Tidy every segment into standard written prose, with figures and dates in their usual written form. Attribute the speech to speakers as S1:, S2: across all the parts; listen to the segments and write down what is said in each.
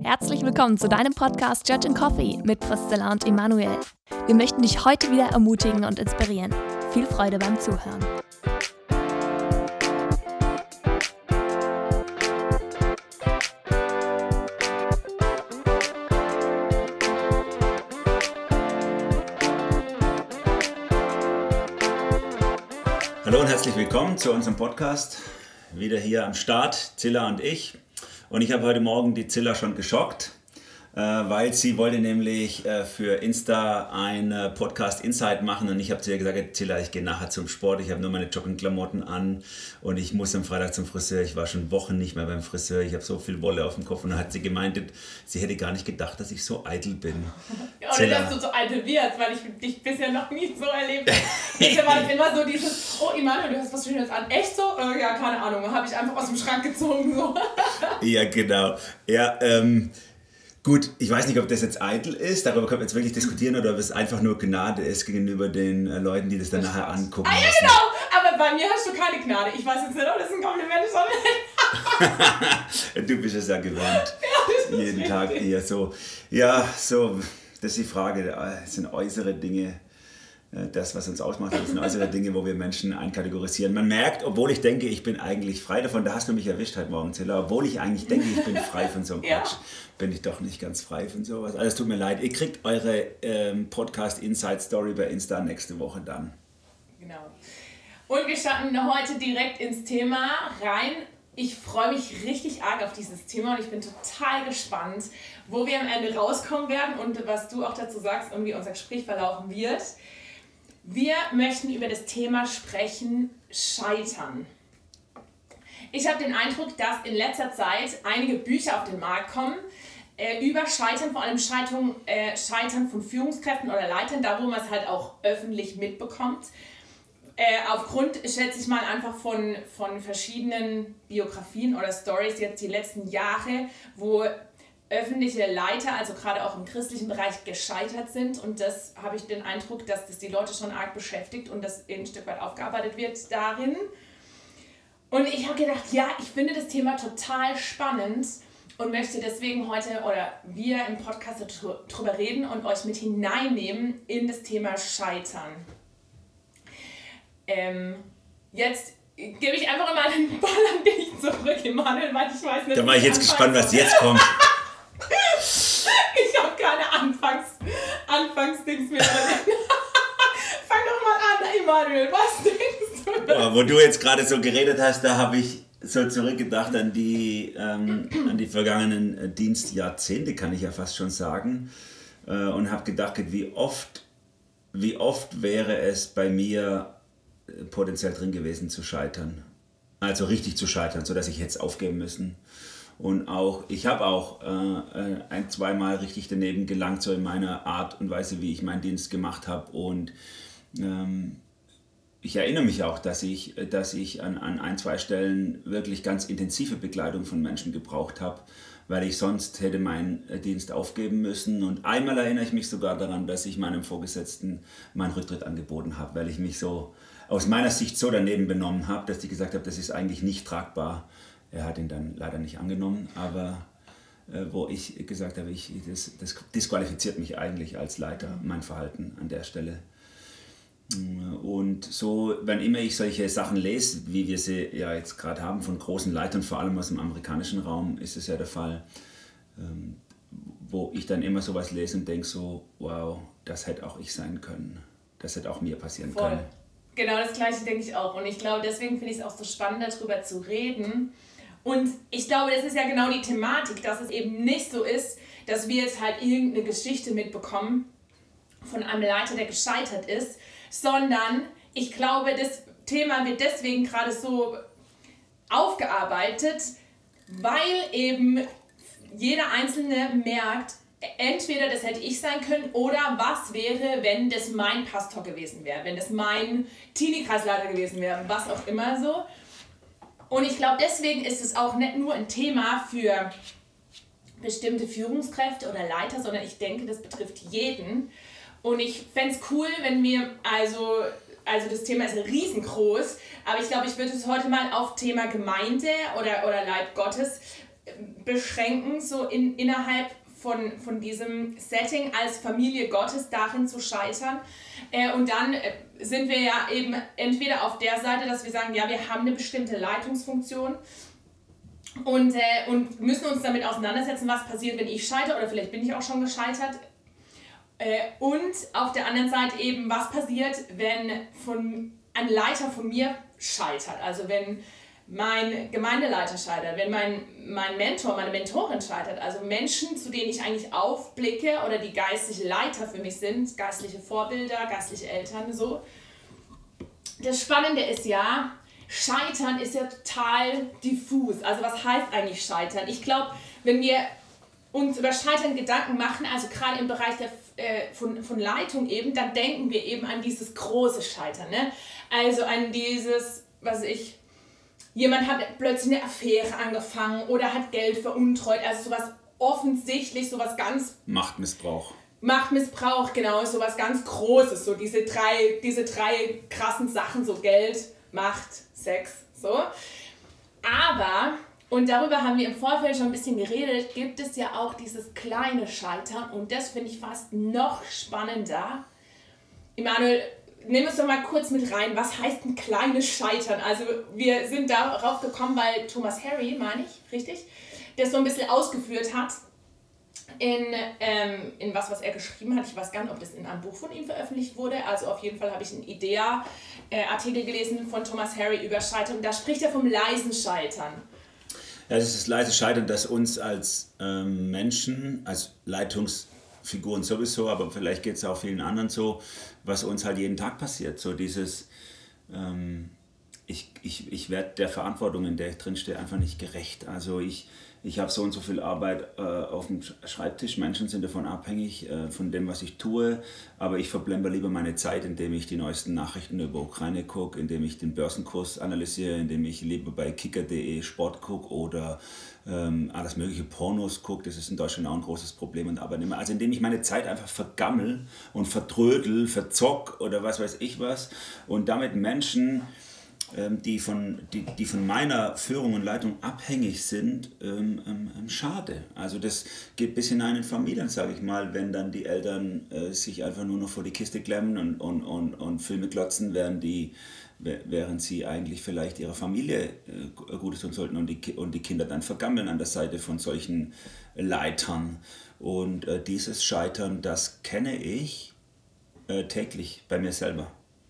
S1: Herzlich willkommen zu deinem Podcast Judge and Coffee mit Priscilla und Emanuel. Wir möchten dich heute wieder ermutigen und inspirieren. Viel Freude beim Zuhören.
S2: Hallo und herzlich willkommen zu unserem Podcast. Wieder hier am Start, Zilla und ich. Und ich habe heute Morgen die Zilla schon geschockt, weil sie wollte nämlich für Insta ein Podcast Insight machen und ich habe zu ihr gesagt, Zilla, ich gehe nachher zum Sport, ich habe nur meine Joggingklamotten an und ich muss am Freitag zum Friseur, ich war schon Wochen nicht mehr beim Friseur, ich habe so viel Wolle auf dem Kopf und dann hat sie gemeint, sie hätte gar nicht gedacht, dass ich so eitel bin.
S3: Ja, oder dass du so eitel wirst, weil ich dich bisher noch nie so erlebt habe. Bisher war das immer so dieses, oh Emanuel, du hast was Schönes an. Echt so? Ja, keine Ahnung, habe ich einfach aus dem Schrank gezogen. So.
S2: Ja, genau. Ja, gut, ich weiß nicht, ob das jetzt eitel ist, darüber können wir jetzt wirklich diskutieren oder ob es einfach nur Gnade ist gegenüber den Leuten, die das dann nachher angucken.
S3: Ah ja, genau, aber bei mir hast du keine Gnade. Ich weiß jetzt nicht, ob das ein Kompliment ist.
S2: Du bist es ja gewohnt, ja, jeden richtig. Tag eher so. Ja, so, das ist die Frage, es sind äußere Dinge. Das, was uns ausmacht, das sind äußere Dinge, wo wir Menschen einkategorisieren. Man merkt, obwohl ich denke, ich bin eigentlich frei davon, da hast du mich erwischt heute Morgen, Zilla, obwohl ich eigentlich denke, ich bin frei von so einem Quatsch, bin ich doch nicht ganz frei von sowas. Also es tut mir leid, ihr kriegt eure Podcast Inside Story bei Insta nächste Woche dann.
S3: Genau. Und wir starten heute direkt ins Thema rein. Ich freue mich richtig arg auf dieses Thema und ich bin total gespannt, wo wir am Ende rauskommen werden und was du auch dazu sagst und wie unser Gespräch verlaufen wird. Wir möchten über das Thema sprechen, Scheitern. Ich habe den Eindruck, dass in letzter Zeit einige Bücher auf den Markt kommen über Scheitern, vor allem Scheitern von Führungskräften oder Leitern, da wo man es halt auch öffentlich mitbekommt. Aufgrund, schätze ich mal, einfach von verschiedenen Biografien oder Stories jetzt die letzten Jahre, wo öffentliche Leiter, also gerade auch im christlichen Bereich, gescheitert sind. Und das habe ich den Eindruck, dass das die Leute schon arg beschäftigt und das ein Stück weit aufgearbeitet wird darin. Und ich habe gedacht, ja, ich finde das Thema total spannend und möchte deswegen heute oder wir im Podcast darüber reden und euch mit hineinnehmen in das Thema Scheitern. Jetzt gebe ich einfach mal den Ball an dich zurück, Emanuel, weil ich weiß nicht,
S2: da war ich jetzt gespannt, was jetzt kommt.
S3: Ich habe keine Anfangsdings mehr. Fang doch mal an, Emanuel, was denkst du?
S2: Oh, wo du jetzt gerade so geredet hast, da habe ich so zurückgedacht an die vergangenen Dienstjahrzehnte, kann ich ja fast schon sagen. Und habe gedacht, wie oft wäre es bei mir potenziell drin gewesen zu scheitern. Also richtig zu scheitern, sodass ich hätte es aufgeben müssen. Und auch, ich habe auch ein-, zweimal richtig daneben gelangt, so in meiner Art und Weise, wie ich meinen Dienst gemacht habe. Und ich erinnere mich auch, dass ich an ein-, zwei Stellen wirklich ganz intensive Begleitung von Menschen gebraucht habe, weil ich sonst hätte meinen Dienst aufgeben müssen. Und einmal erinnere ich mich sogar daran, dass ich meinem Vorgesetzten meinen Rücktritt angeboten habe, weil ich mich so aus meiner Sicht so daneben benommen habe, dass ich gesagt habe, das ist eigentlich nicht tragbar. Er hat ihn dann leider nicht angenommen, aber wo ich gesagt habe, das disqualifiziert mich eigentlich als Leiter, mein Verhalten an der Stelle. Und so, wenn immer ich solche Sachen lese, wie wir sie ja jetzt gerade haben, von großen Leitern, vor allem aus dem amerikanischen Raum, ist es ja der Fall, wo ich dann immer sowas lese und denke so, wow, das hätte auch ich sein können, das hätte auch mir passieren können.
S3: Genau das Gleiche denke ich auch und ich glaube, deswegen finde ich es auch so spannend, darüber zu reden. Und ich glaube, das ist ja genau die Thematik, dass es eben nicht so ist, dass wir jetzt halt irgendeine Geschichte mitbekommen von einem Leiter, der gescheitert ist, sondern ich glaube, das Thema wird deswegen gerade so aufgearbeitet, weil eben jeder Einzelne merkt, entweder das hätte ich sein können oder was wäre, wenn das mein Pastor gewesen wäre, wenn das mein Teenie-Kreisleiter gewesen wäre, was auch immer so. Und ich glaube, deswegen ist es auch nicht nur ein Thema für bestimmte Führungskräfte oder Leiter, sondern ich denke, das betrifft jeden. Und ich fände es cool, wenn wir, also das Thema ist riesengroß, aber ich glaube, ich würde es heute mal auf Thema Gemeinde oder Leib Gottes beschränken, so innerhalb von diesem Setting als Familie Gottes darin zu scheitern. Und dann sind wir ja eben entweder auf der Seite, dass wir sagen, ja, wir haben eine bestimmte Leitungsfunktion und müssen uns damit auseinandersetzen, was passiert, wenn ich scheitere, oder vielleicht bin ich auch schon gescheitert. Und auf der anderen Seite eben, was passiert, wenn ein Leiter von mir scheitert. Also wenn mein Gemeindeleiter scheitert, wenn mein Mentor, meine Mentorin scheitert, also Menschen, zu denen ich eigentlich aufblicke oder die geistliche Leiter für mich sind, geistliche Vorbilder, geistliche Eltern, so. Das Spannende ist ja, Scheitern ist ja total diffus. Also was heißt eigentlich Scheitern? Ich glaube, wenn wir uns über Scheitern Gedanken machen, also gerade im Bereich von Leitung eben, dann denken wir eben an dieses große Scheitern. Ne? Also an dieses, jemand hat plötzlich eine Affäre angefangen oder hat Geld veruntreut, also sowas offensichtlich, sowas ganz...
S2: Machtmissbrauch,
S3: genau, sowas ganz Großes, so diese drei krassen Sachen, so Geld, Macht, Sex, so. Aber, und darüber haben wir im Vorfeld schon ein bisschen geredet, gibt es ja auch dieses kleine Scheitern und das finde ich fast noch spannender. Immanuel, nimm uns doch mal kurz mit rein, was heißt ein kleines Scheitern? Also wir sind darauf gekommen, weil Thomas Harry, meine ich, richtig, der so ein bisschen ausgeführt hat in was er geschrieben hat. Ich weiß gar nicht, ob das in einem Buch von ihm veröffentlicht wurde. Also auf jeden Fall habe ich einen IDEA-Artikel gelesen von Thomas Harry über Scheitern. Da spricht er vom leisen Scheitern.
S2: Ja, das ist das leise Scheitern, das uns als Menschen, als Leitungsfiguren sowieso, aber vielleicht geht es auch vielen anderen so, was uns halt jeden Tag passiert. So dieses, ich werde der Verantwortung, in der ich drinstehe, einfach nicht gerecht. Also ich habe so und so viel Arbeit auf dem Schreibtisch, Menschen sind davon abhängig, von dem, was ich tue, aber ich verblemper lieber meine Zeit, indem ich die neuesten Nachrichten über Ukraine gucke, indem ich den Börsenkurs analysiere, indem ich lieber bei kicker.de Sport gucke oder alles mögliche Pornos gucke, das ist in Deutschland auch ein großes Problem und Arbeitnehmer. Also indem ich meine Zeit einfach vergammel und vertrödel, verzock oder was weiß ich was und damit Menschen, die von meiner Führung und Leitung abhängig sind, schade. Also das geht bis hinein in Familien, sage ich mal, wenn dann die Eltern sich einfach nur noch vor die Kiste klemmen und Filme glotzen, während sie eigentlich vielleicht ihrer Familie Gutes tun sollten und die Kinder dann vergammeln an der Seite von solchen Leitern. Und dieses Scheitern, das kenne ich täglich bei mir selber.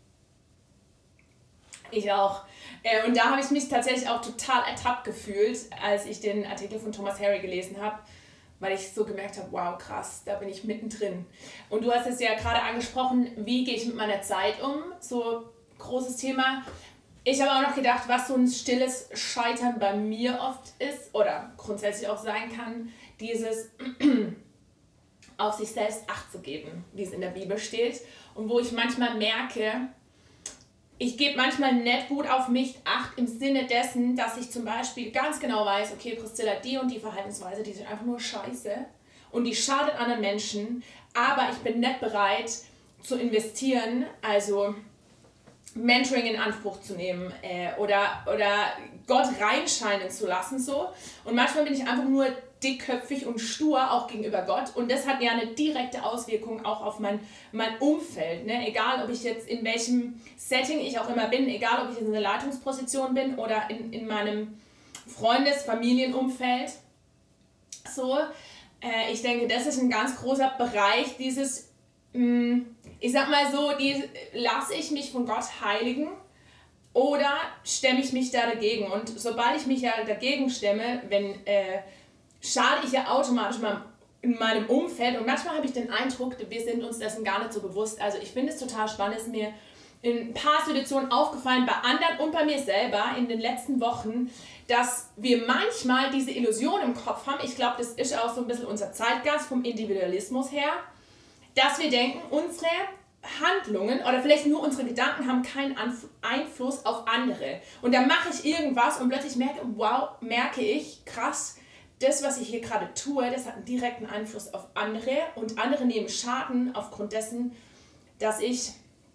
S3: Ich auch. Und da habe ich mich tatsächlich auch total ertappt gefühlt, als ich den Artikel von Thomas Harry gelesen habe, weil ich so gemerkt habe, wow, krass, da bin ich mittendrin. Und du hast es ja gerade angesprochen, wie gehe ich mit meiner Zeit um? So großes Thema. Ich habe auch noch gedacht, was so ein stilles Scheitern bei mir oft ist oder grundsätzlich auch sein kann, dieses auf sich selbst Acht zu geben, wie es in der Bibel steht. Und wo ich manchmal merke, ich gebe manchmal nicht gut auf mich Acht im Sinne dessen, dass ich zum Beispiel ganz genau weiß, okay, Priscilla, die und die Verhaltensweise, die sind einfach nur scheiße und die schadet anderen Menschen, aber ich bin nicht bereit zu investieren, also Mentoring in Anspruch zu nehmen oder Gott reinscheinen zu lassen. So. Und manchmal bin ich einfach nur dickköpfig und stur, auch gegenüber Gott. Und das hat ja eine direkte Auswirkung auch auf mein Umfeld. Ne? Egal, ob ich jetzt in welchem Setting ich auch immer bin, egal, ob ich jetzt in einer Leitungsposition bin oder in meinem Familienumfeld. So, ich denke, das ist ein ganz großer Bereich, dieses, ich sag mal so, lasse ich mich von Gott heiligen oder stemme ich mich da dagegen? Und sobald ich mich ja dagegen stemme, schade ich ja automatisch in meinem Umfeld und manchmal habe ich den Eindruck, wir sind uns dessen gar nicht so bewusst. Also ich finde es total spannend, es ist mir in ein paar Situationen aufgefallen, bei anderen und bei mir selber in den letzten Wochen, dass wir manchmal diese Illusion im Kopf haben, ich glaube, das ist auch so ein bisschen unser Zeitgeist vom Individualismus her, dass wir denken, unsere Handlungen oder vielleicht nur unsere Gedanken haben keinen Einfluss auf andere. Und dann mache ich irgendwas und plötzlich merke ich, krass, das, was ich hier gerade tue, das hat einen direkten Einfluss auf andere und andere nehmen Schaden aufgrund dessen, dass ich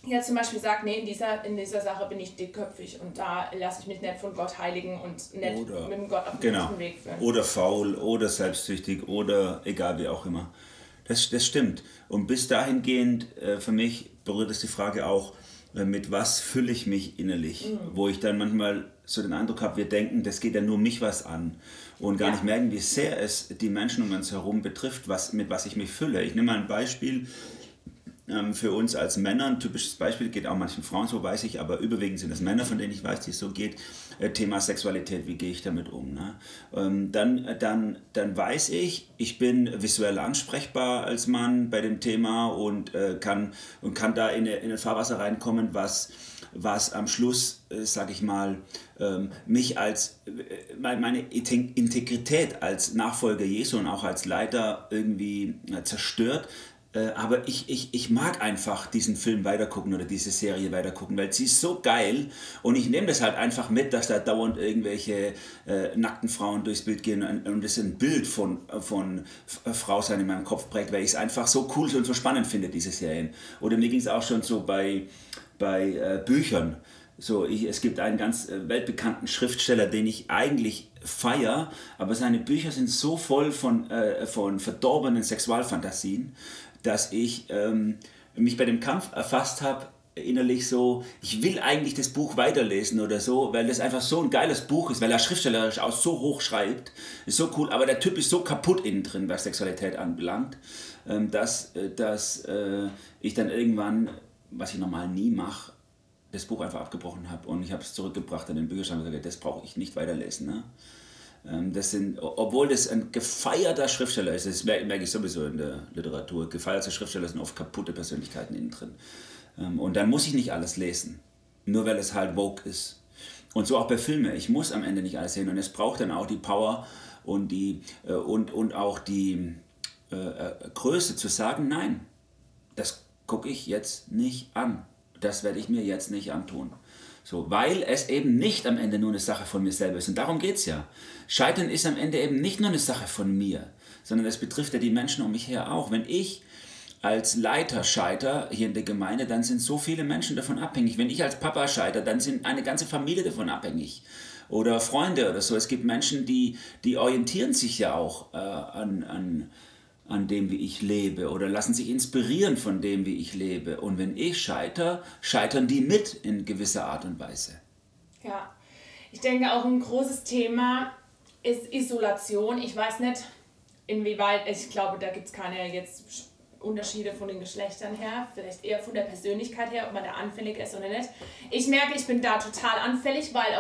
S3: jetzt zum Beispiel sagt, nee, in dieser Sache bin ich dickköpfig und da lasse ich mich nicht von Gott heiligen und nicht mit dem Gott auf den richtigen Weg führen.
S2: Oder faul oder selbstsüchtig oder egal wie auch immer. Das stimmt. Und bis dahingehend, für mich berührt es die Frage auch, mit was fülle ich mich innerlich? Wo ich dann manchmal so den Eindruck habe, wir denken, das geht ja nur mich was an. Und gar nicht merken, wie sehr es die Menschen um uns herum betrifft, mit was ich mich fülle. Ich nehme mal ein Beispiel. Für uns als Männer, ein typisches Beispiel, geht auch manchen Frauen so, weiß ich, aber überwiegend sind es Männer, von denen ich weiß, die es so geht. Thema Sexualität, wie gehe ich damit um? Ne? Dann weiß ich bin visuell ansprechbar als Mann bei dem Thema und kann da in ein Fahrwasser reinkommen, was am Schluss, sage ich mal, mich als meine Integrität als Nachfolger Jesu und auch als Leiter irgendwie zerstört. Aber ich mag einfach diesen Film weitergucken oder diese Serie weitergucken, weil sie ist so geil und ich nehme das halt einfach mit, dass da dauernd irgendwelche nackten Frauen durchs Bild gehen und das ein Bild von Frau sein in meinem Kopf prägt, weil ich es einfach so cool und so spannend finde, diese Serien. Oder mir ging es auch schon so bei Büchern. So, es gibt einen ganz weltbekannten Schriftsteller, den ich eigentlich feiere, aber seine Bücher sind so voll von verdorbenen Sexualfantasien, dass ich mich bei dem Kampf erfasst habe, innerlich so, ich will eigentlich das Buch weiterlesen oder so, weil das einfach so ein geiles Buch ist, weil er schriftstellerisch auch so hoch schreibt, ist so cool, aber der Typ ist so kaputt innen drin, was Sexualität anbelangt, dass ich dann irgendwann, was ich normal nie mache, das Buch einfach abgebrochen habe und ich habe es zurückgebracht an den Bücherschrank und gesagt, das brauche ich nicht weiterlesen. Ne? Obwohl das ein gefeierter Schriftsteller ist, das merke ich sowieso in der Literatur, gefeierte Schriftsteller sind oft kaputte Persönlichkeiten innen drin. Und dann muss ich nicht alles lesen, nur weil es halt Vogue ist. Und so auch bei Filmen, ich muss am Ende nicht alles sehen und es braucht dann auch die Power und auch die Größe zu sagen, nein, das gucke ich jetzt nicht an. Das werde ich mir jetzt nicht antun. So, weil es eben nicht am Ende nur eine Sache von mir selber ist. Und darum geht es ja. Scheitern ist am Ende eben nicht nur eine Sache von mir, sondern es betrifft ja die Menschen um mich her auch. Wenn ich als Leiter scheiter hier in der Gemeinde, dann sind so viele Menschen davon abhängig. Wenn ich als Papa scheiter, dann sind eine ganze Familie davon abhängig. Oder Freunde oder so. Es gibt Menschen, die orientieren sich ja auch an dem, wie ich lebe oder lassen sich inspirieren von dem, wie ich lebe. Und wenn ich scheitere, scheitern die mit in gewisser Art und Weise.
S3: Ja, ich denke auch ein großes Thema ist Isolation. Ich weiß nicht, inwieweit, ich glaube, da gibt es keine jetzt Unterschiede von den Geschlechtern her, vielleicht eher von der Persönlichkeit her, ob man da anfällig ist oder nicht. Ich merke, ich bin da total anfällig, weil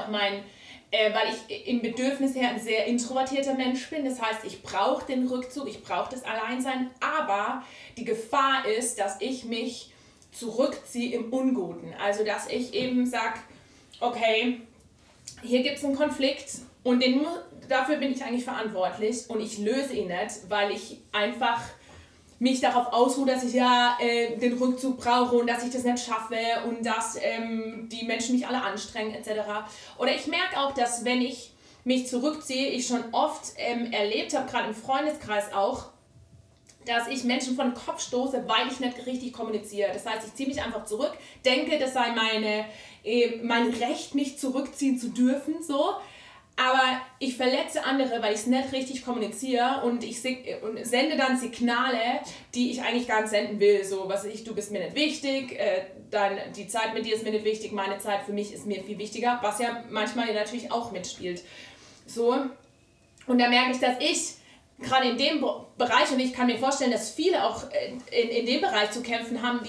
S3: ich im Bedürfnis her ein sehr introvertierter Mensch bin. Das heißt, ich brauche den Rückzug, ich brauche das Alleinsein, aber die Gefahr ist, dass ich mich zurückziehe im Unguten. Also, dass ich eben sage, okay, hier gibt es einen Konflikt und dafür bin ich eigentlich verantwortlich und ich löse ihn nicht, weil ich einfach mich darauf ausruhe, dass ich den Rückzug brauche und dass ich das nicht schaffe und dass die Menschen mich alle anstrengen etc. Oder ich merke auch, dass wenn ich mich zurückziehe, ich schon oft erlebt habe, gerade im Freundeskreis auch, dass ich Menschen vor den Kopf stoße, weil ich nicht richtig kommuniziere. Das heißt, ich ziehe mich einfach zurück, denke, das sei mein Recht, mich zurückziehen zu dürfen, so. Aber ich verletze andere, weil ich es nicht richtig kommuniziere und ich sende dann Signale, die ich eigentlich gar nicht senden will. So, was weiß ich, du bist mir nicht wichtig, die Zeit mit dir ist mir nicht wichtig, meine Zeit für mich ist mir viel wichtiger, was ja manchmal natürlich auch mitspielt. So. Und da merke ich, dass ich gerade in dem Bereich, und ich kann mir vorstellen, dass viele auch in dem Bereich zu kämpfen haben,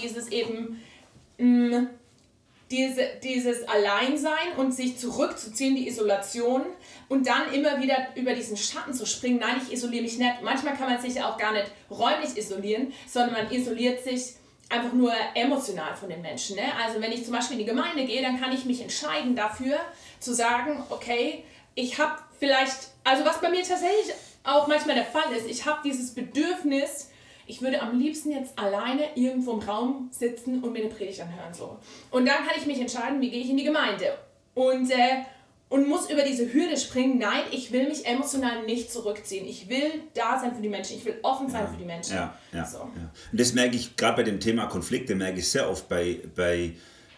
S3: dieses Alleinsein und sich zurückzuziehen, die Isolation und dann immer wieder über diesen Schatten zu springen. Nein, ich isoliere mich nicht. Manchmal kann man sich auch gar nicht räumlich isolieren, sondern man isoliert sich einfach nur emotional von den Menschen. Ne? Also wenn ich zum Beispiel in die Gemeinde gehe, dann kann ich mich entscheiden dafür, zu sagen, okay, ich habe vielleicht, also was bei mir tatsächlich auch manchmal der Fall ist, ich habe dieses Bedürfnis, ich würde am liebsten jetzt alleine irgendwo im Raum sitzen und mir eine Predigt anhören. So. Und dann kann ich mich entscheiden, wie gehe ich in die Gemeinde. Und und muss über diese Hürde springen. Nein, ich will mich emotional nicht zurückziehen. Ich will da sein für die Menschen. Ich will offen sein für die Menschen.
S2: So. Und das merke ich gerade bei dem Thema Konflikte, merke ich sehr oft bei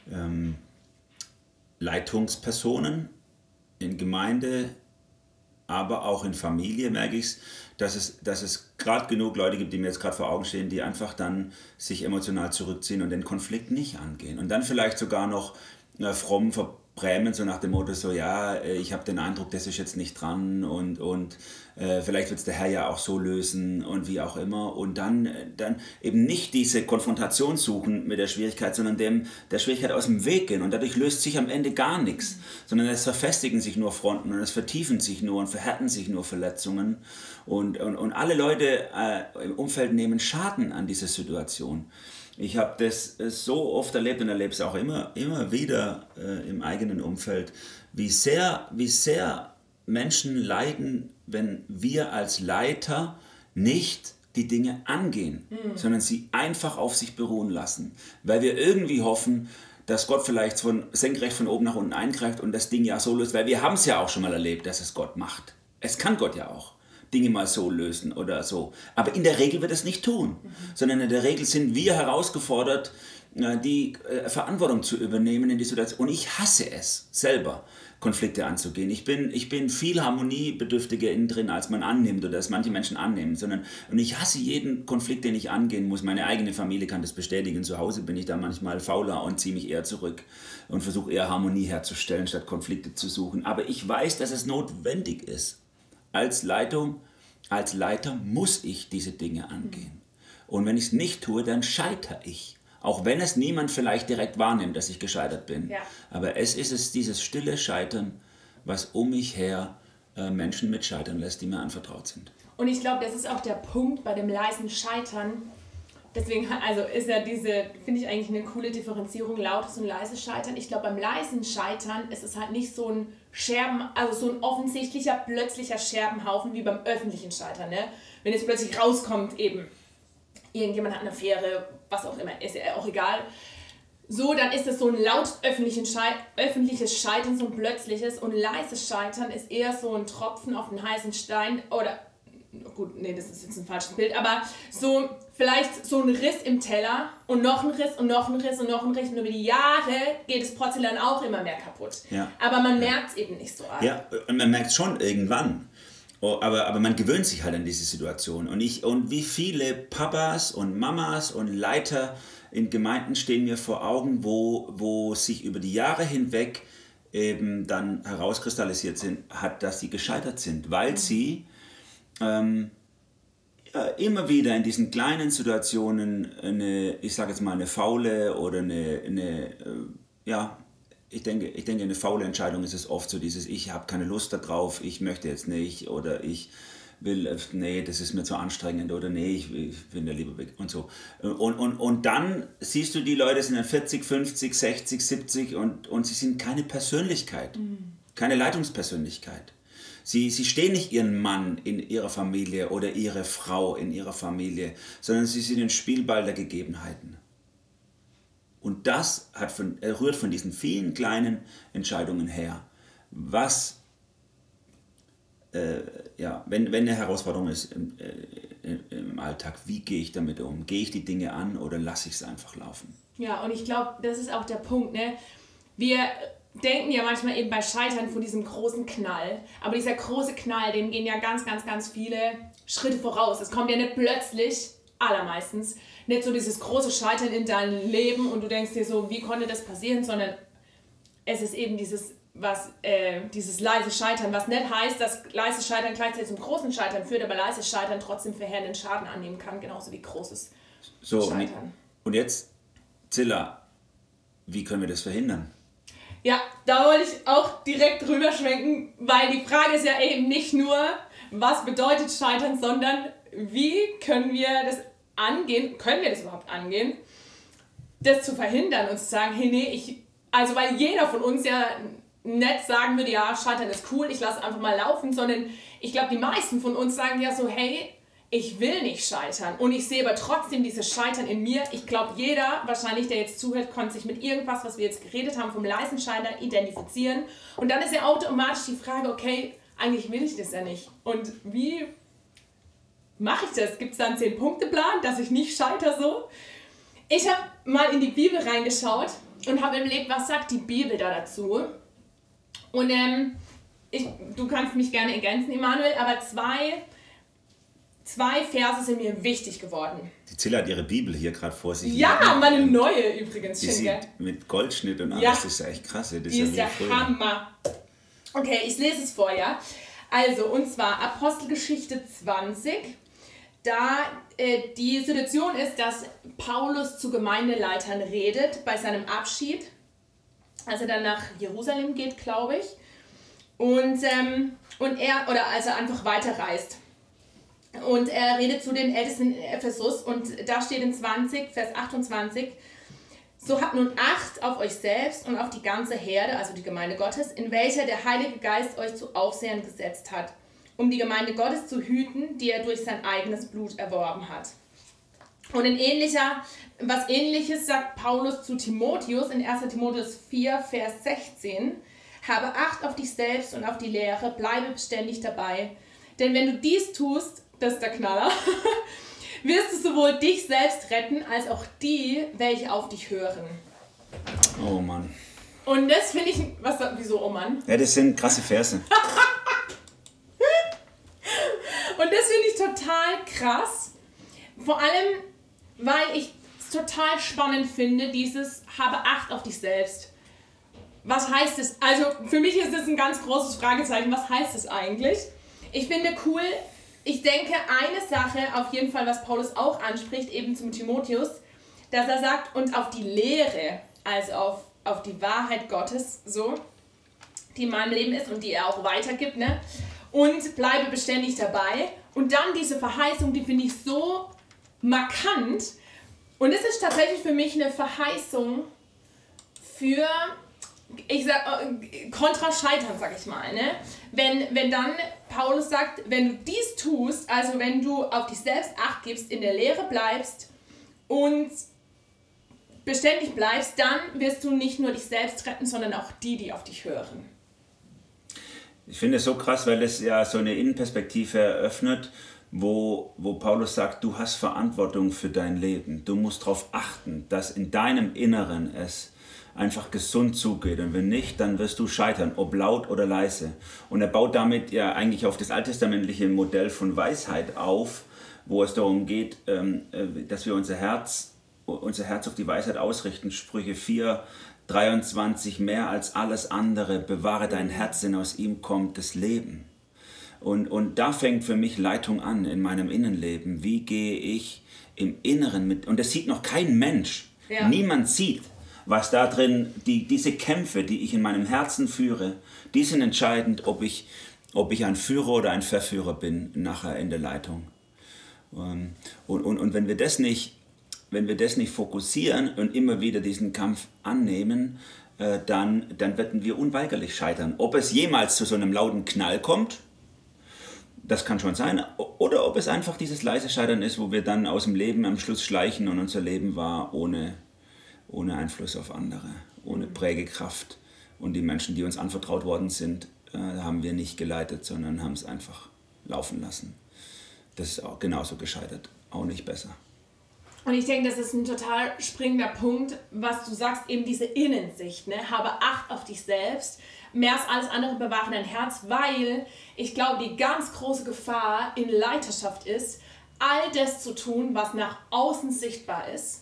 S2: Leitungspersonen in Gemeinde, aber auch in Familie merke ich dass es gerade genug Leute gibt, die mir jetzt gerade vor Augen stehen, die einfach dann sich emotional zurückziehen und den Konflikt nicht angehen. Und dann vielleicht sogar noch fromm verbrämen, so nach dem Motto, so ja, ich habe den Eindruck, das ist jetzt nicht dran und vielleicht wird es der Herr ja auch so lösen und wie auch immer. Und dann eben nicht diese Konfrontation suchen mit der Schwierigkeit, sondern der Schwierigkeit aus dem Weg gehen. Und dadurch löst sich am Ende gar nichts, sondern es verfestigen sich nur Fronten und es vertiefen sich nur und verhärten sich nur Verletzungen. Und alle Leute im Umfeld nehmen Schaden an dieser Situation. Ich habe das so oft erlebt und erlebe es auch immer wieder im eigenen Umfeld, wie sehr Menschen leiden, wenn wir als Leiter nicht die Dinge angehen, sondern sie einfach auf sich beruhen lassen, weil wir irgendwie hoffen, dass Gott vielleicht senkrecht von oben nach unten eingreift und das Ding ja so löst, weil wir haben es ja auch schon mal erlebt, dass es Gott macht. Es kann Gott ja auch Dinge mal so lösen oder so. Aber in der Regel wird es nicht tun, sondern in der Regel sind wir herausgefordert, die Verantwortung zu übernehmen in die Situation. Und ich hasse es selber, Konflikte anzugehen. Ich bin viel harmoniebedürftiger innen drin, als man annimmt oder als manche Menschen annehmen. Und ich hasse jeden Konflikt, den ich angehen muss. Meine eigene Familie kann das bestätigen. Zu Hause bin ich da manchmal fauler und ziehe mich eher zurück und versuche eher Harmonie herzustellen, statt Konflikte zu suchen. Aber ich weiß, dass es notwendig ist. Als Leiter muss ich diese Dinge angehen. Und wenn ich es nicht tue, dann scheitere ich. Auch wenn es niemand vielleicht direkt wahrnimmt, dass ich gescheitert bin. Ja. Aber es ist dieses stille Scheitern, was um mich her Menschen mit scheitern lässt, die mir anvertraut sind.
S3: Und ich glaube, das ist auch der Punkt bei dem leisen Scheitern. Deswegen ist ja finde ich eigentlich eine coole Differenzierung, lautes und leises Scheitern. Ich glaube, beim leisen Scheitern ist es halt nicht so ein so ein offensichtlicher, plötzlicher Scherbenhaufen wie beim öffentlichen Scheitern. Ne? Wenn jetzt plötzlich rauskommt, eben, irgendjemand hat eine Affäre, was auch immer, ist ja auch egal. So, dann ist es so ein laut öffentliches Scheitern, so ein plötzliches, und leises Scheitern ist eher so ein Tropfen auf den heißen Stein oder... Gut, nee, das ist jetzt ein falsches Bild, aber so vielleicht so ein Riss im Teller und noch ein Riss und noch ein Riss und noch ein Riss und über die Jahre geht das Porzellan auch immer mehr kaputt. Ja. Aber man merkt es eben nicht so arg.
S2: Ja, und man merkt es schon irgendwann. Aber man gewöhnt sich halt an diese Situation. Und wie viele Papas und Mamas und Leiter in Gemeinden stehen mir vor Augen, wo sich über die Jahre hinweg eben dann herauskristallisiert hat, dass sie gescheitert sind, weil sie immer wieder in diesen kleinen Situationen eine faule oder ich denke, eine faule Entscheidung ist es oft so dieses, ich habe keine Lust darauf, ich möchte jetzt nicht oder ich will, nee, das ist mir zu anstrengend oder nee, ich bin da lieber weg und so. Und dann siehst du, die Leute sind dann 40, 50, 60, 70 und sie sind keine Persönlichkeit, keine Leitungspersönlichkeit. Sie stehen nicht ihren Mann in ihrer Familie oder ihre Frau in ihrer Familie, sondern sie sind ein Spielball der Gegebenheiten. Und das rührt von diesen vielen kleinen Entscheidungen her. Was, wenn eine Herausforderung ist im Alltag, wie gehe ich damit um? Gehe ich die Dinge an oder lasse ich es einfach laufen?
S3: Ja, und ich glaube, das ist auch der Punkt, ne? Wir denken ja manchmal eben bei Scheitern von diesem großen Knall. Aber dieser große Knall, dem gehen ja ganz, ganz, ganz viele Schritte voraus. Es kommt ja nicht plötzlich, allermeistens, nicht so dieses große Scheitern in deinem Leben und du denkst dir so, wie konnte das passieren, sondern es ist eben dieses leise Scheitern, was nicht heißt, dass leises Scheitern gleichzeitig zum großen Scheitern führt, aber leises Scheitern trotzdem verheerenden Schaden annehmen kann, genauso wie großes Scheitern.
S2: Und jetzt, Zilla, wie können wir das verhindern?
S3: Ja, da wollte ich auch direkt drüber schwenken, weil die Frage ist ja eben nicht nur, was bedeutet Scheitern, sondern wie können wir das überhaupt angehen, das zu verhindern und zu sagen, hey, nee, weil jeder von uns ja nicht sagen würde, ja, Scheitern ist cool, ich lasse einfach mal laufen, sondern ich glaube, die meisten von uns sagen ja so, hey, ich will nicht scheitern und ich sehe aber trotzdem dieses Scheitern in mir. Ich glaube, jeder wahrscheinlich, der jetzt zuhört, konnte sich mit irgendwas, was wir jetzt geredet haben, vom leisen Scheitern identifizieren. Und dann ist ja automatisch die Frage, okay, eigentlich will ich das ja nicht. Und wie mache ich das? Gibt es da einen 10-Punkte-Plan, dass ich nicht scheitere so? Ich habe mal in die Bibel reingeschaut und habe überlegt, was sagt die Bibel da dazu? Und du kannst mich gerne ergänzen, Emanuel, aber zwei Verse sind mir wichtig geworden.
S2: Die Zilla hat ihre Bibel hier gerade vor sich.
S3: Ja, meine neue übrigens.
S2: Die sieht mit Goldschnitt und alles,
S3: ja,
S2: das ist ja echt krass.
S3: Die ist der Hammer. Okay, ich lese es vor, ja. Also, und zwar Apostelgeschichte 20. Da die Situation ist, dass Paulus zu Gemeindeleitern redet bei seinem Abschied, als er dann nach Jerusalem geht, glaube ich. Und als er einfach weiterreist. Und er redet zu den Ältesten in Ephesus und da steht in 20, Vers 28, so habt nun Acht auf euch selbst und auf die ganze Herde, also die Gemeinde Gottes, in welcher der Heilige Geist euch zu Aufsehern gesetzt hat, um die Gemeinde Gottes zu hüten, die er durch sein eigenes Blut erworben hat. Und was Ähnliches sagt Paulus zu Timotheus in 1. Timotheus 4, Vers 16, habe Acht auf dich selbst und auf die Lehre, bleibe beständig dabei, denn wenn du dies tust, das ist der Knaller, wirst du sowohl dich selbst retten, als auch die, welche auf dich hören.
S2: Oh Mann.
S3: Und das finde ich, wieso oh Mann?
S2: Ja, das sind krasse Verse.
S3: Und das finde ich total krass, vor allem, weil ich es total spannend finde, dieses habe Acht auf dich selbst. Was heißt es? Also für mich ist das ein ganz großes Fragezeichen, was heißt es eigentlich? Ich finde cool, ich denke, eine Sache auf jeden Fall, was Paulus auch anspricht, eben zum Timotheus, dass er sagt, und auf die Lehre, also auf die Wahrheit Gottes, so, die in meinem Leben ist und die er auch weitergibt, ne? Und bleibe beständig dabei. Und dann diese Verheißung, die finde ich so markant. Und es ist tatsächlich für mich eine Verheißung für, kontra Scheitern, sag ich mal, ne? Wenn dann Paulus sagt, wenn du dies tust, also wenn du auf dich selbst Acht gibst, in der Lehre bleibst und beständig bleibst, dann wirst du nicht nur dich selbst retten, sondern auch die auf dich hören.
S2: Ich finde es so krass, weil es ja so eine Innenperspektive eröffnet, wo Paulus sagt, du hast Verantwortung für dein Leben. Du musst darauf achten, dass in deinem Inneren es einfach gesund zugeht. Und wenn nicht, dann wirst du scheitern, ob laut oder leise. Und er baut damit ja eigentlich auf das alttestamentliche Modell von Weisheit auf, wo es darum geht, dass wir unser Herz auf die Weisheit ausrichten. Sprüche 4, 23, mehr als alles andere, bewahre dein Herz, denn aus ihm kommt das Leben. Und da fängt für mich Leitung an in meinem Innenleben. Wie gehe ich im Inneren mit? Und das sieht noch kein Mensch. Ja. Niemand sieht, was da drin, diese Kämpfe, die ich in meinem Herzen führe, die sind entscheidend, ob ich ein Führer oder ein Verführer bin nachher in der Leitung. Und wenn wir das nicht fokussieren und immer wieder diesen Kampf annehmen, dann werden wir unweigerlich scheitern. Ob es jemals zu so einem lauten Knall kommt, das kann schon sein, oder ob es einfach dieses leise Scheitern ist, wo wir dann aus dem Leben am Schluss schleichen und unser Leben war ohne Einfluss auf andere, ohne Prägekraft. Und die Menschen, die uns anvertraut worden sind, haben wir nicht geleitet, sondern haben es einfach laufen lassen. Das ist auch genauso gescheitert, auch nicht besser.
S3: Und ich denke, das ist ein total springender Punkt, was du sagst, eben diese Innensicht, ne? Habe Acht auf dich selbst, mehr als alles andere bewahre dein Herz, weil ich glaube, die ganz große Gefahr in Leiterschaft ist, all das zu tun, was nach außen sichtbar ist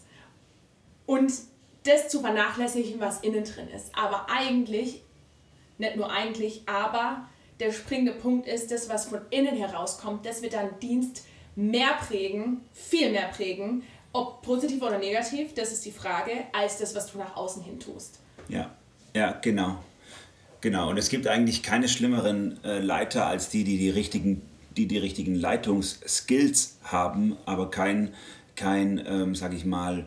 S3: und das zu vernachlässigen, was innen drin ist. Aber eigentlich, nicht nur eigentlich, aber der springende Punkt ist, das, was von innen herauskommt, das wird deinen Dienst mehr prägen, viel mehr prägen, ob positiv oder negativ, das ist die Frage, als das, was du nach außen hin tust.
S2: Ja, genau. Und es gibt eigentlich keine schlimmeren Leiter als die richtigen Leitungsskills haben, aber kein sag ich mal,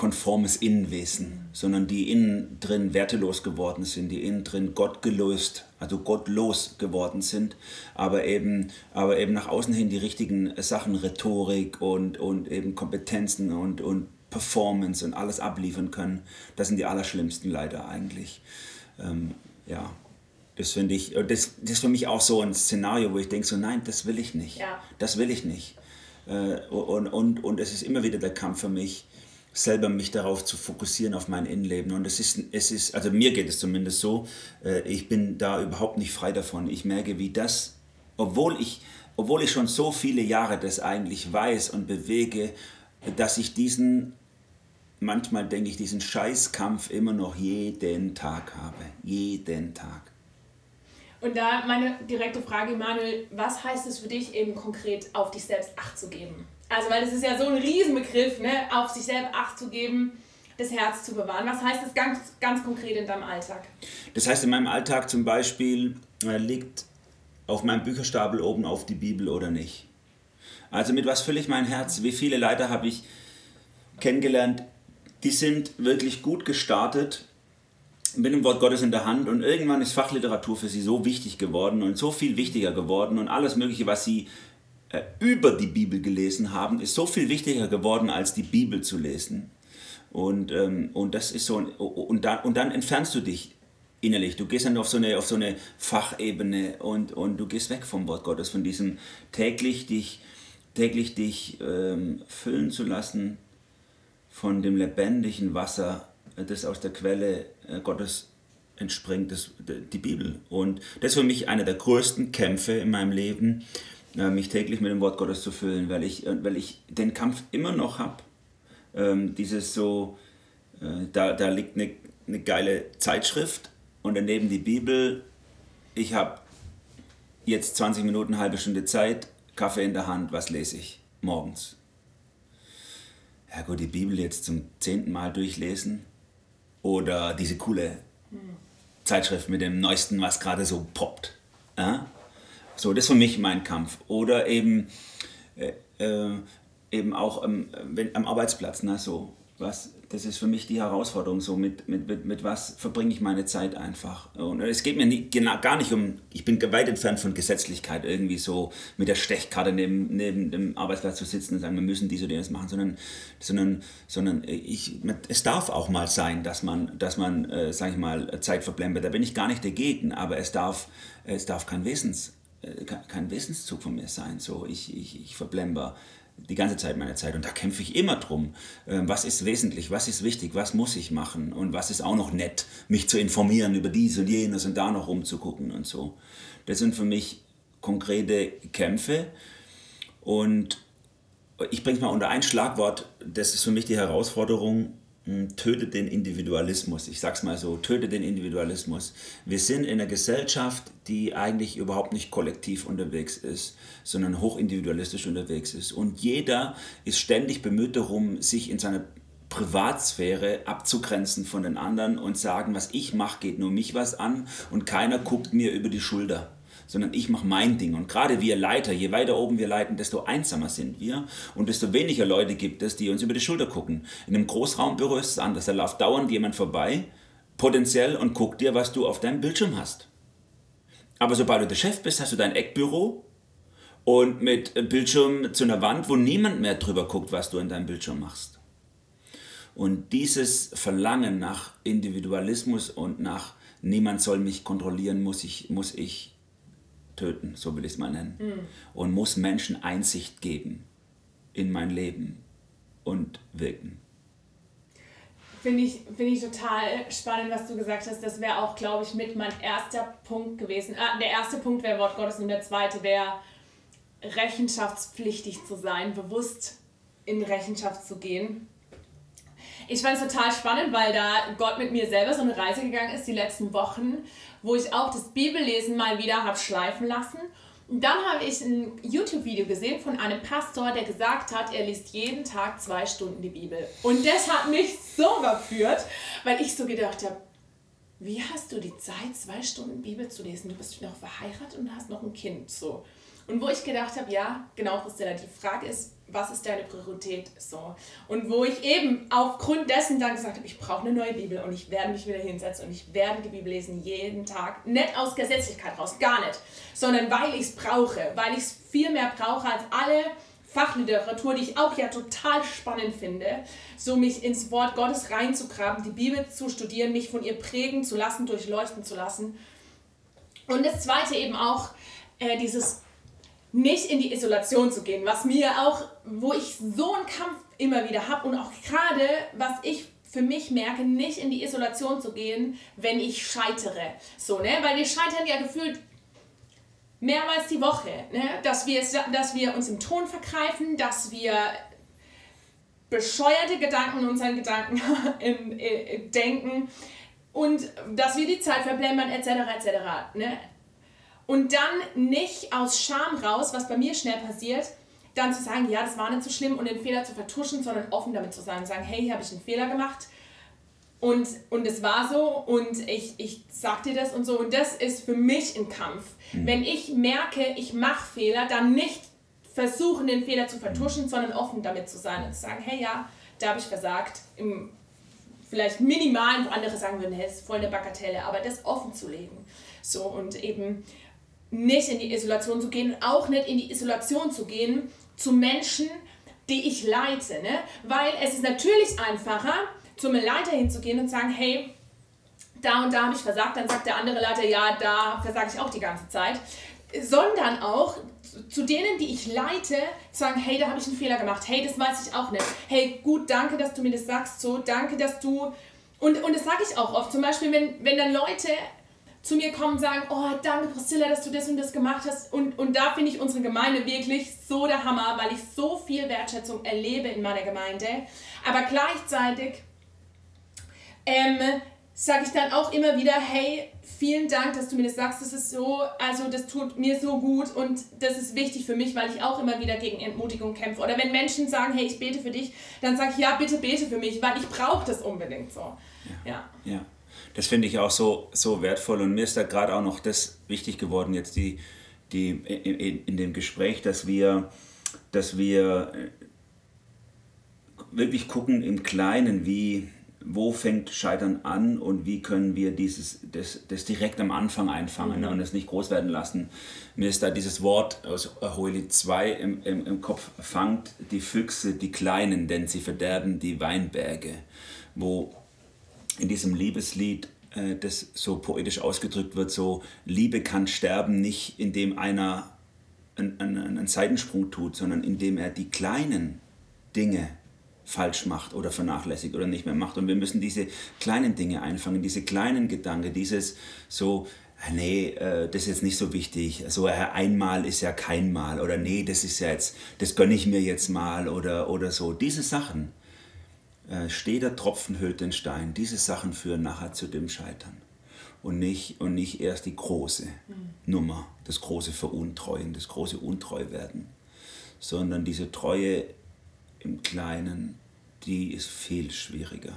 S2: gottkonformes Innenwesen, sondern die innen drin wertelos geworden sind, die innen drin gottgelöst also gottlos geworden sind, aber eben nach außen hin die richtigen Sachen, Rhetorik und eben Kompetenzen und Performance und alles abliefern können. Das sind die Allerschlimmsten leider eigentlich. Ja, das finde ich, das ist für mich auch so ein Szenario, wo ich denke so, nein, das will ich nicht.
S3: Ja.
S2: Das will ich nicht. Und es ist immer wieder der Kampf für mich, selber mich darauf zu fokussieren, auf mein Innenleben. Und es ist, also mir geht es zumindest so, ich bin da überhaupt nicht frei davon. Ich merke, wie das, obwohl ich schon so viele Jahre das eigentlich weiß und bewege, dass ich manchmal denke ich, diesen Scheißkampf immer noch jeden Tag habe. Jeden Tag.
S3: Und da meine direkte Frage, Emanuel, was heißt es für dich eben konkret, auf dich selbst Acht zu geben? Also, weil das ist ja so ein Riesenbegriff, ne? Auf sich selbst Acht zu geben, das Herz zu bewahren. Was heißt das ganz, ganz konkret in deinem Alltag?
S2: Das heißt, in meinem Alltag zum Beispiel liegt auf meinem Bücherstapel oben auf die Bibel oder nicht. Also mit was fülle ich mein Herz? Wie viele Leiter habe ich kennengelernt, die sind wirklich gut gestartet mit dem Wort Gottes in der Hand und irgendwann ist Fachliteratur für sie so wichtig geworden und so viel wichtiger geworden und alles Mögliche, was sie über die Bibel gelesen haben, ist so viel wichtiger geworden, als die Bibel zu lesen. Und das ist so, und dann entfernst du dich innerlich. Du gehst dann auf so eine Fachebene und du gehst weg vom Wort Gottes, von diesem täglich dich füllen zu lassen von dem lebendigen Wasser, das aus der Quelle Gottes entspringt, die Bibel. Und das ist für mich einer der größten Kämpfe in meinem Leben, mich täglich mit dem Wort Gottes zu füllen, weil ich den Kampf immer noch habe. Dieses so, da liegt eine geile Zeitschrift und daneben die Bibel. Ich habe jetzt 20 Minuten, eine halbe Stunde Zeit, Kaffee in der Hand, was lese ich morgens? Ja gut, die Bibel jetzt zum 10. Mal durchlesen oder diese coole Zeitschrift mit dem Neuesten, was gerade so poppt. Ja? So, das ist für mich mein Kampf. Oder eben auch am Arbeitsplatz. Ne? So, das ist für mich die Herausforderung. So, mit was verbringe ich meine Zeit einfach. Und es geht mir gar nicht um, ich bin weit entfernt von Gesetzlichkeit, irgendwie so mit der Stechkarte neben dem Arbeitsplatz zu sitzen und sagen, wir müssen dies oder jenes machen, sondern es darf auch mal sein, dass man sag ich mal, Zeit verplempert. Da bin ich gar nicht dagegen, aber es darf kein Wesenszug von mir sein. So, ich verplemper die ganze Zeit meine Zeit und da kämpfe ich immer drum. Was ist wesentlich, was ist wichtig, was muss ich machen und was ist auch noch nett, mich zu informieren über dies und jenes und da noch rumzugucken und so. Das sind für mich konkrete Kämpfe und ich bringe es mal unter ein Schlagwort, das ist für mich die Herausforderung, töte den Individualismus. Ich sag's mal so, töte den Individualismus. Wir sind in einer Gesellschaft, die eigentlich überhaupt nicht kollektiv unterwegs ist, sondern hochindividualistisch unterwegs ist. Und jeder ist ständig bemüht darum, sich in seiner Privatsphäre abzugrenzen von den anderen und sagen, was ich mache, geht nur mich was an und keiner guckt mir über die Schulter, sondern ich mache mein Ding. Und gerade wir Leiter, je weiter oben wir leiten, desto einsamer sind wir und desto weniger Leute gibt es, die uns über die Schulter gucken. In einem Großraumbüro ist es anders. Da läuft dauernd jemand vorbei, potenziell, und guckt dir, was du auf deinem Bildschirm hast. Aber sobald du der Chef bist, hast du dein Eckbüro und mit Bildschirm zu einer Wand, wo niemand mehr drüber guckt, was du in deinem Bildschirm machst. Und dieses Verlangen nach Individualismus und nach niemand soll mich kontrollieren, muss ich töten, so will ich es mal nennen. Und muss Menschen Einsicht geben in mein Leben und wirken.
S3: Finde ich total spannend, was du gesagt hast. Das wäre auch, glaube ich, mit mein erster Punkt gewesen. Der erste Punkt wäre Wort Gottes und der zweite wäre rechenschaftspflichtig zu sein, bewusst in Rechenschaft zu gehen. Ich fand es total spannend, weil da Gott mit mir selber so eine Reise gegangen ist die letzten Wochen, wo ich auch das Bibellesen mal wieder habe schleifen lassen. Und dann habe ich ein YouTube-Video gesehen von einem Pastor, der gesagt hat, er liest jeden Tag 2 Stunden die Bibel. Und das hat mich so überführt, weil ich so gedacht habe, wie hast du die Zeit, 2 Stunden Bibel zu lesen? Du bist noch verheiratet und hast noch ein Kind. So. Und wo ich gedacht habe, ja, genau, Priscilla, die Frage ist, was ist deine Priorität? So. Und wo ich eben aufgrund dessen dann gesagt habe, ich brauche eine neue Bibel und ich werde mich wieder hinsetzen und ich werde die Bibel lesen jeden Tag. Nicht aus Gesetzlichkeit raus, gar nicht, sondern weil ich es brauche, weil ich es viel mehr brauche als alle Fachliteratur, die ich auch ja total spannend finde, so mich ins Wort Gottes reinzugraben, die Bibel zu studieren, mich von ihr prägen zu lassen, durchleuchten zu lassen. Und das Zweite eben auch, dieses nicht in die Isolation zu gehen, was mir auch, wo ich so einen Kampf immer wieder habe und auch gerade, was ich für mich merke, nicht in die Isolation zu gehen, wenn ich scheitere. So, ne? Weil wir scheitern ja gefühlt mehrmals die Woche, ne? Dass wir uns im Ton vergreifen, dass wir bescheuerte Gedanken in unseren Gedanken denken und dass wir die Zeit verplempern, etc. Ne? Und dann nicht aus Scham raus, was bei mir schnell passiert, dann zu sagen, ja, das war nicht so schlimm und den Fehler zu vertuschen, sondern offen damit zu sein, sagen, hey, hier habe ich einen Fehler gemacht und es war so und ich sag dir das und so. Und das ist für mich ein Kampf. Wenn ich merke, ich mache Fehler, dann nicht versuchen, den Fehler zu vertuschen, sondern offen damit zu sein und zu sagen, hey, ja, da habe ich versagt, im vielleicht minimal, wo andere sagen würden, hey, das ist voll eine Bagatelle, aber das offen zu legen. So, und eben nicht in die Isolation zu gehen, auch nicht in die Isolation zu gehen zu Menschen, die ich leite, ne? Weil es ist natürlich einfacher, zum Leiter hinzugehen und zu sagen, hey, da und da habe ich versagt, dann sagt der andere Leiter, ja, da versage ich auch die ganze Zeit, sondern auch zu denen, die ich leite, zu sagen, hey, da habe ich einen Fehler gemacht, hey, das weiß ich auch nicht, hey, gut, danke, dass du mir das sagst, so, danke, dass du, und das sage ich auch oft, zum Beispiel, wenn dann Leute zu mir kommen und sagen, oh, danke Priscilla, dass du das und das gemacht hast. Und da finde ich unsere Gemeinde wirklich so der Hammer, weil ich so viel Wertschätzung erlebe in meiner Gemeinde. Aber gleichzeitig sage ich dann auch immer wieder, hey, vielen Dank, dass du mir das sagst, das ist so, also das tut mir so gut und das ist wichtig für mich, weil ich auch immer wieder gegen Entmutigung kämpfe. Oder wenn Menschen sagen, hey, ich bete für dich, dann sage ich, ja, bitte bete für mich, weil ich brauche das unbedingt so. Ja.
S2: Das finde ich auch so wertvoll und mir ist da gerade auch noch das wichtig geworden, jetzt in dem Gespräch, dass wir wirklich gucken im Kleinen, wo fängt Scheitern an und wie können wir das direkt am Anfang einfangen, und das nicht groß werden lassen. Mir ist da dieses Wort aus Hohelied 2 im Kopf, fangt die Füchse, die Kleinen, denn sie verderben die Weinberge, wo in diesem Liebeslied das so poetisch ausgedrückt wird, so Liebe kann sterben, nicht indem einer einen Seitensprung tut, sondern indem er die kleinen Dinge falsch macht oder vernachlässigt oder nicht mehr macht. Und wir müssen diese kleinen Dinge einfangen, diese kleinen Gedanken, dieses so, nee, das ist jetzt nicht so wichtig, so einmal ist ja kein Mal oder nee, das ist ja jetzt, das gönne ich mir jetzt mal oder so. Diese Sachen, steter Tropfen höhlt den Stein, diese Sachen führen nachher zu dem Scheitern. Und nicht erst die große Nummer, das große Veruntreuen, das große Untreuwerden, sondern diese Treue im Kleinen, die ist viel schwieriger.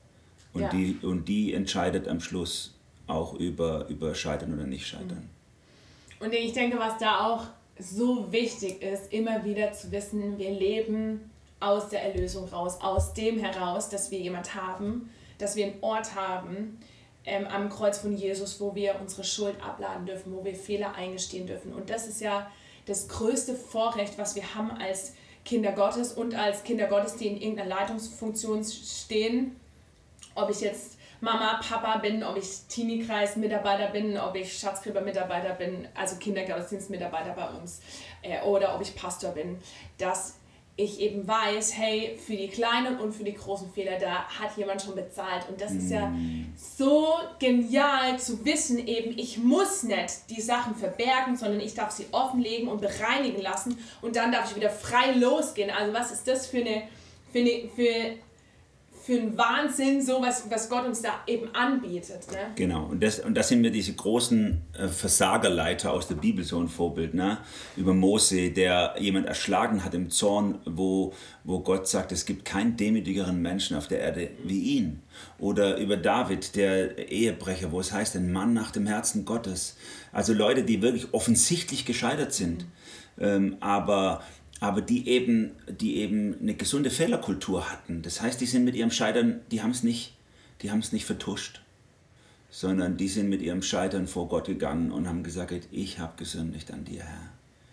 S2: Und die entscheidet am Schluss auch über Scheitern oder nicht Scheitern.
S3: Und ich denke, was da auch so wichtig ist, immer wieder zu wissen, wir leben aus der Erlösung raus, aus dem heraus, dass wir jemand haben, dass wir einen Ort haben am Kreuz von Jesus, wo wir unsere Schuld abladen dürfen, wo wir Fehler eingestehen dürfen. Und das ist ja das größte Vorrecht, was wir haben als Kinder Gottes und als Kinder Gottes, die in irgendeiner Leitungsfunktion stehen. Ob ich jetzt Mama, Papa bin, ob ich Teenie-Kreis-Mitarbeiter bin, ob ich Schatzgräber-Mitarbeiter bin, also Kindergottesdienst-Mitarbeiter bei uns, oder ob ich Pastor bin, dass ich eben weiß, hey, für die kleinen und für die großen Fehler, da hat jemand schon bezahlt. Und das ist ja so genial zu wissen, eben, ich muss nicht die Sachen verbergen, sondern ich darf sie offenlegen und bereinigen lassen und dann darf ich wieder frei losgehen. Also was ist das für einen Wahnsinn, so was Gott uns da eben anbietet. Ne?
S2: Genau, und das sind mir diese großen Versagerleiter aus der Bibel so ein Vorbild. Ne? Über Mose, der jemand erschlagen hat im Zorn, wo Gott sagt, es gibt keinen demütigeren Menschen auf der Erde wie ihn. Oder über David, der Ehebrecher, wo es heißt, ein Mann nach dem Herzen Gottes. Also Leute, die wirklich offensichtlich gescheitert sind, aber die eben eine gesunde Fehlerkultur hatten. Das heißt, die sind mit ihrem Scheitern, die haben es nicht vertuscht, sondern die sind mit ihrem Scheitern vor Gott gegangen und haben gesagt, ich habe gesündigt an dir, Herr.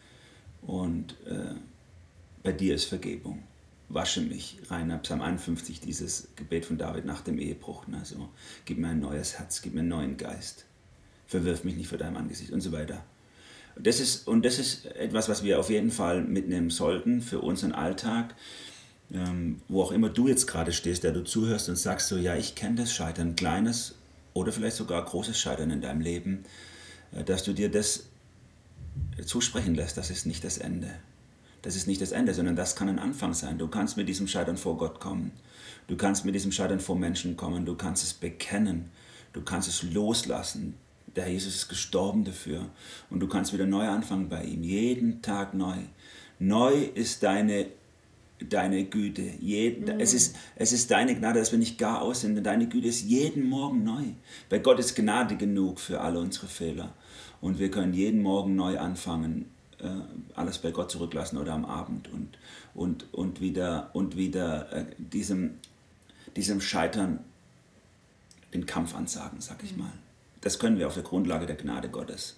S2: Und bei dir ist Vergebung. Wasche mich, Rainer, Psalm 51, dieses Gebet von David nach dem Ehebruch. Also, gib mir ein neues Herz, gib mir einen neuen Geist. Verwirf mich nicht vor deinem Angesicht und so weiter. Das ist etwas, was wir auf jeden Fall mitnehmen sollten für unseren Alltag, wo auch immer du jetzt gerade stehst, der du zuhörst und sagst so, ja, ich kenne das Scheitern, kleines oder vielleicht sogar großes Scheitern in deinem Leben, dass du dir das zusprechen lässt, das ist nicht das Ende. Das ist nicht das Ende, sondern das kann ein Anfang sein. Du kannst mit diesem Scheitern vor Gott kommen. Du kannst mit diesem Scheitern vor Menschen kommen. Du kannst es bekennen. Du kannst es loslassen. Der Jesus ist gestorben dafür. Und du kannst wieder neu anfangen bei ihm. Jeden Tag neu. Neu ist deine Güte. Es ist deine Gnade, dass wir nicht gar aus sind. Deine Güte ist jeden Morgen neu. Bei Gott ist Gnade genug für alle unsere Fehler. Und wir können jeden Morgen neu anfangen, alles bei Gott zurücklassen oder am Abend und wieder diesem Scheitern den Kampf ansagen, sag ich mal. Das können wir auf der Grundlage der Gnade Gottes.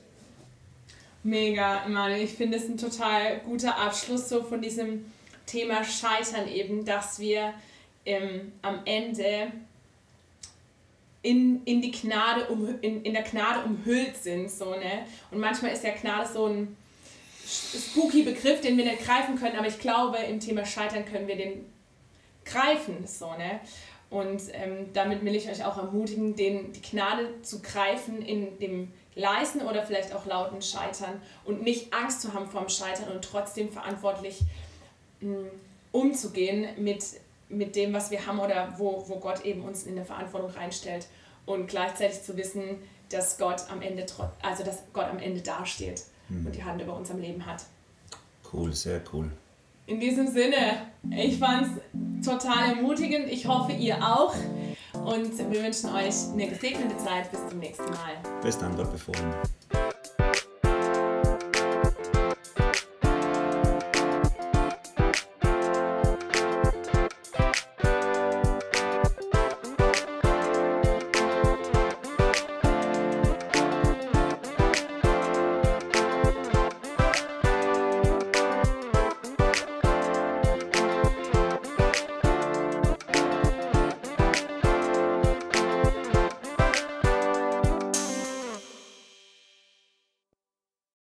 S3: Mega, Emanuel. Ich finde es ein total guter Abschluss so von diesem Thema Scheitern eben, dass wir am Ende in der Gnade umhüllt sind. So, ne? Und manchmal ist ja Gnade so ein spooky Begriff, den wir nicht greifen können, aber ich glaube, im Thema Scheitern können wir den greifen. So, ne? Und damit will ich euch auch ermutigen, die Gnade zu greifen in dem leisen oder vielleicht auch lauten Scheitern und nicht Angst zu haben vor dem Scheitern und trotzdem verantwortlich umzugehen mit dem, was wir haben oder wo Gott eben uns in eine Verantwortung reinstellt und gleichzeitig zu wissen, dass Gott am Ende dasteht und die Hand über unserem Leben hat.
S2: Cool, sehr cool.
S3: In diesem Sinne, ich fand es total ermutigend. Ich hoffe, ihr auch. Und wir wünschen euch eine gesegnete Zeit. Bis zum nächsten Mal.
S2: Bis dann, Gott befohlen.